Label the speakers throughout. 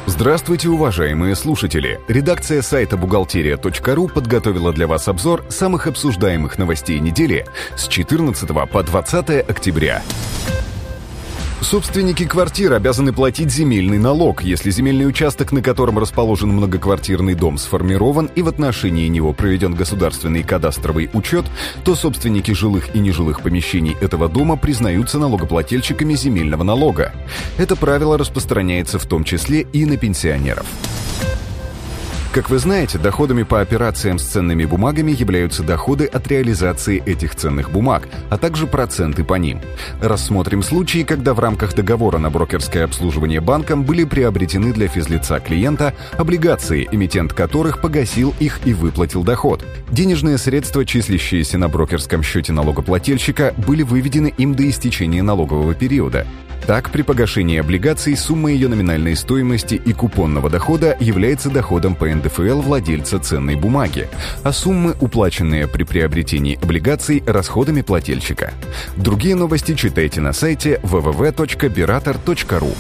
Speaker 1: Здравствуйте, уважаемые слушатели! Редакция сайта «Бухгалтерия.ру» подготовила для вас обзор самых обсуждаемых новостей недели с 14 по 20 октября. Собственники квартир обязаны платить земельный налог, если земельный участок, на котором расположен многоквартирный дом, сформирован и в отношении него проведен государственный кадастровый учет, то собственники жилых и нежилых помещений этого дома признаются налогоплательщиками земельного налога. Это правило распространяется в том числе и на пенсионеров. Как вы знаете, доходами по операциям с ценными бумагами являются доходы от реализации этих ценных бумаг, а также проценты по ним. Рассмотрим случаи, когда в рамках договора на брокерское обслуживание банком были приобретены для физлица клиента облигации, эмитент которых погасил их и выплатил доход. Денежные средства, числящиеся на брокерском счете налогоплательщика, были выведены им до истечения налогового периода. Так, при погашении облигаций сумма ее номинальной стоимости и купонного дохода является доходом по НДФЛ владельца ценной бумаги, а суммы, уплаченные при приобретении облигаций, расходами плательщика. Другие новости читайте на сайте www.berator.ru.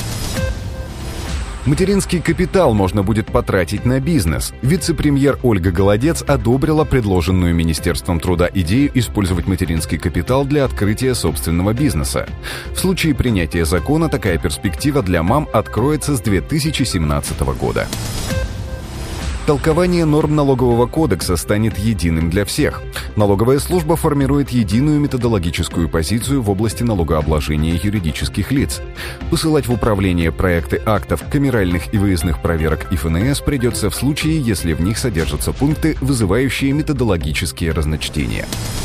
Speaker 1: Материнский капитал можно будет потратить на бизнес. Вице-премьер Ольга Голодец одобрила предложенную Министерством труда идею использовать материнский капитал для открытия собственного бизнеса. В случае принятия закона такая перспектива для мам откроется с 2017 года. Толкование норм налогового кодекса станет единым для всех. Налоговая служба формирует единую методологическую позицию в области налогообложения юридических лиц. Посылать в управление проекты актов камеральных и выездных проверок ФНС придется в случае, если в них содержатся пункты, вызывающие методологические разночтения.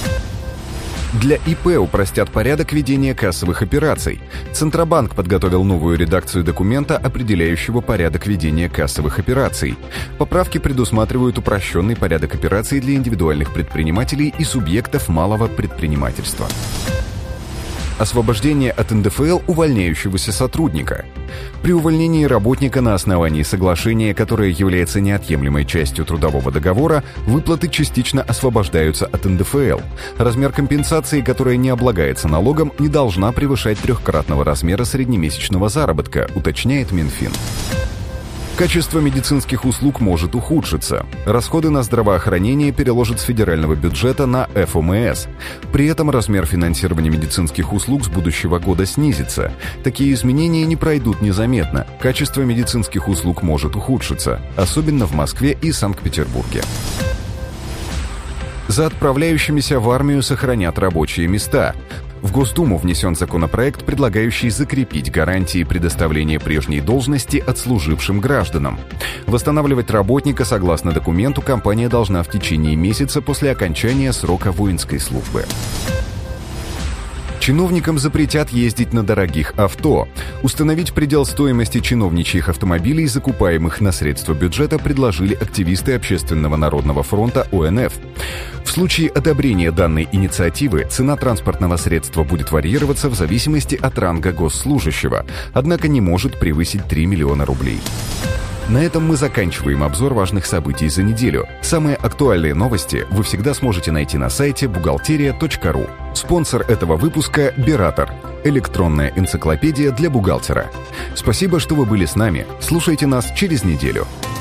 Speaker 1: Для ИП упростят порядок ведения кассовых операций. Центробанк подготовил новую редакцию документа, определяющего порядок ведения кассовых операций. Поправки предусматривают упрощенный порядок операций для индивидуальных предпринимателей и субъектов малого предпринимательства. Освобождение от НДФЛ увольняющегося сотрудника. При увольнении работника на основании соглашения, которое является неотъемлемой частью трудового договора, выплаты частично освобождаются от НДФЛ. Размер компенсации, которая не облагается налогом, не должна превышать 3-кратного размера среднемесячного заработка, уточняет Минфин. Качество медицинских услуг может ухудшиться. Расходы на здравоохранение переложат с федерального бюджета на ФОМС. При этом размер финансирования медицинских услуг с будущего года снизится. Такие изменения не пройдут незаметно. Качество медицинских услуг может ухудшиться, особенно в Москве и Санкт-Петербурге. За отправляющимися в армию сохранят рабочие места. В Госдуму внесен законопроект, предлагающий закрепить гарантии предоставления прежней должности отслужившим гражданам. Восстанавливать работника согласно документу компания должна в течение месяца после окончания срока воинской службы. Чиновникам запретят ездить на дорогих авто. Установить предел стоимости чиновничьих автомобилей, закупаемых на средства бюджета, предложили активисты Общественного народного фронта ОНФ. В случае одобрения данной инициативы цена транспортного средства будет варьироваться в зависимости от ранга госслужащего, однако не может превысить 3 миллиона рублей. На этом мы заканчиваем обзор важных событий за неделю. Самые актуальные новости вы всегда сможете найти на сайте бухгалтерия.ру. Спонсор этого выпуска – Berator – электронная энциклопедия для бухгалтера. Спасибо, что вы были с нами. Слушайте нас через неделю.